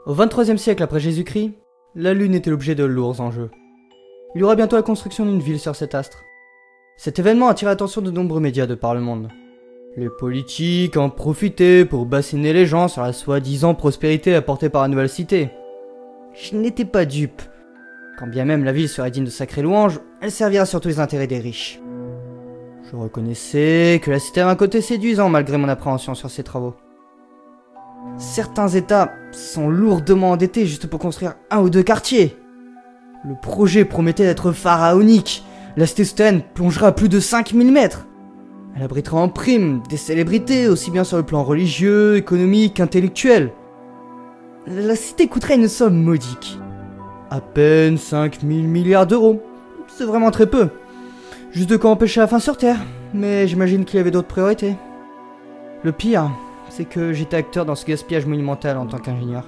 Au XXIIIe siècle après Jésus-Christ, la Lune était l'objet de lourds enjeux. Il y aura bientôt la construction d'une ville sur cet astre. Cet événement attire l'attention de nombreux médias de par le monde. Les politiques en profitaient pour bassiner les gens sur la soi-disant prospérité apportée par la nouvelle cité. Je n'étais pas dupe. Quand bien même la ville serait digne de sacrées louanges, elle servira surtout les intérêts des riches. Je reconnaissais que la cité avait un côté séduisant malgré mon appréhension sur ses travaux. Certains états sont lourdement endettés juste pour construire un ou deux quartiers. Le projet promettait d'être pharaonique. La cité souterraine plongera à plus de 5000 mètres. Elle abritera en prime des célébrités, aussi bien sur le plan religieux, économique, intellectuel. La cité coûterait une somme modique. À peine 5000 milliards d'euros. C'est vraiment très peu. Juste de quoi empêcher la faim sur Terre. Mais j'imagine qu'il y avait d'autres priorités. Le pire, c'est que j'étais acteur dans ce gaspillage monumental en tant qu'ingénieur.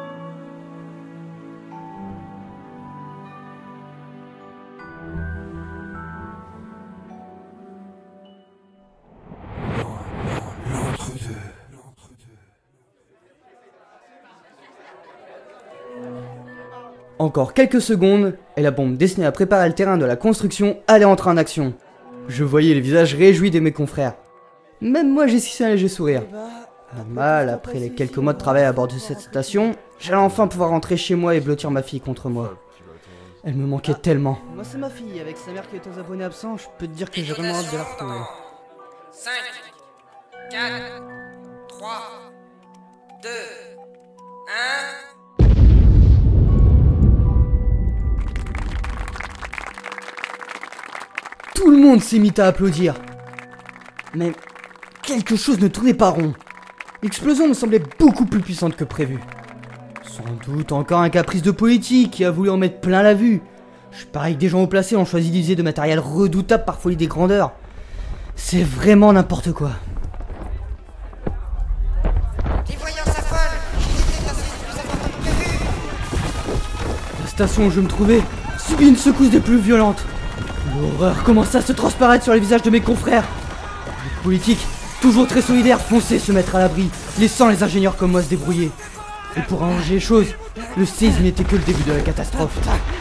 Encore quelques secondes, et la bombe destinée à préparer le terrain de la construction allait entrer en action. Je voyais les visages réjouis de mes confrères. Même moi j'essayais un léger sourire. Normal, après les quelques mois de travail à bord de cette station, j'allais enfin pouvoir rentrer chez moi et blottir ma fille contre moi. Elle me manquait tellement. Moi c'est ma fille, avec sa mère qui est aux abonnés absents, je peux te dire que j'ai vraiment hâte de la retrouver. 5, 4, 3, 2, 1... Tout le monde s'est mis à applaudir. Mais quelque chose ne tournait pas rond. L'explosion me semblait beaucoup plus puissante que prévu. Sans doute encore un caprice de politique qui a voulu en mettre plein la vue. Je parie que des gens haut placés ont choisi d'utiliser de matériel redoutable par folie des grandeurs. C'est vraiment n'importe quoi. Les voyants s'affolent. L'unité d'incendie plus importante que prévu. La station où je me trouvais subit une secousse des plus violentes. L'horreur commença à se transparaître sur les visages de mes confrères. Les politiques, toujours très solidaires, fonçaient se mettre à l'abri, laissant les ingénieurs comme moi se débrouiller. Et pour arranger les choses, le séisme n'était que le début de la catastrophe.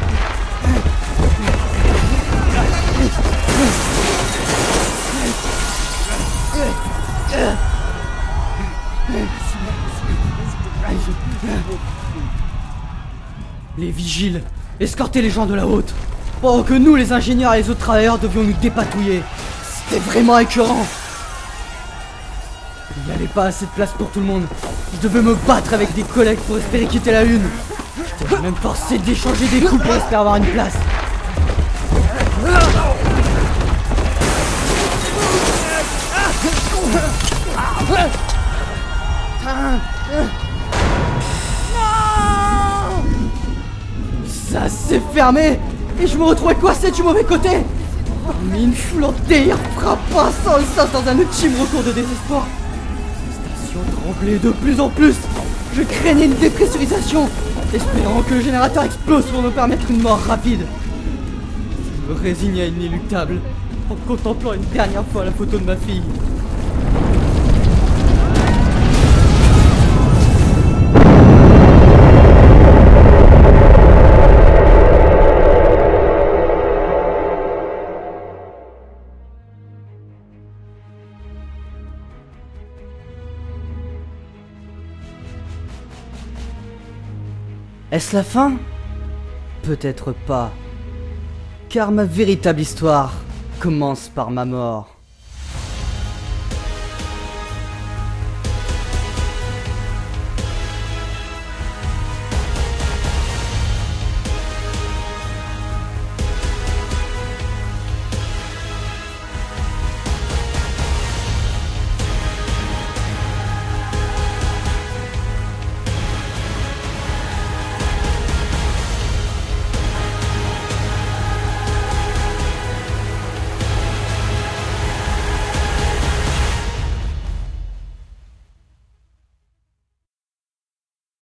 Les vigiles escortaient les gens de la haute, pendant que nous, les ingénieurs et les autres travailleurs, devions nous dépatouiller. C'était vraiment écœurant. Il n'y avait pas assez de place pour tout le monde. Je devais me battre avec des collègues pour espérer quitter la Lune. J'étais même forcé d'échanger des coups pour espérer avoir une place. Ça s'est fermé et je me retrouvais coincé du mauvais côté. Mais une foule en délire frappa sans le sens dans un ultime recours de désespoir. La station tremblait de plus en plus. Je craignais une dépressurisation, espérant que le générateur explose pour me permettre une mort rapide. Je me résignais à l'inéluctable en contemplant une dernière fois la photo de ma fille. Est-ce la fin? Peut-être pas. Car ma véritable histoire commence par ma mort.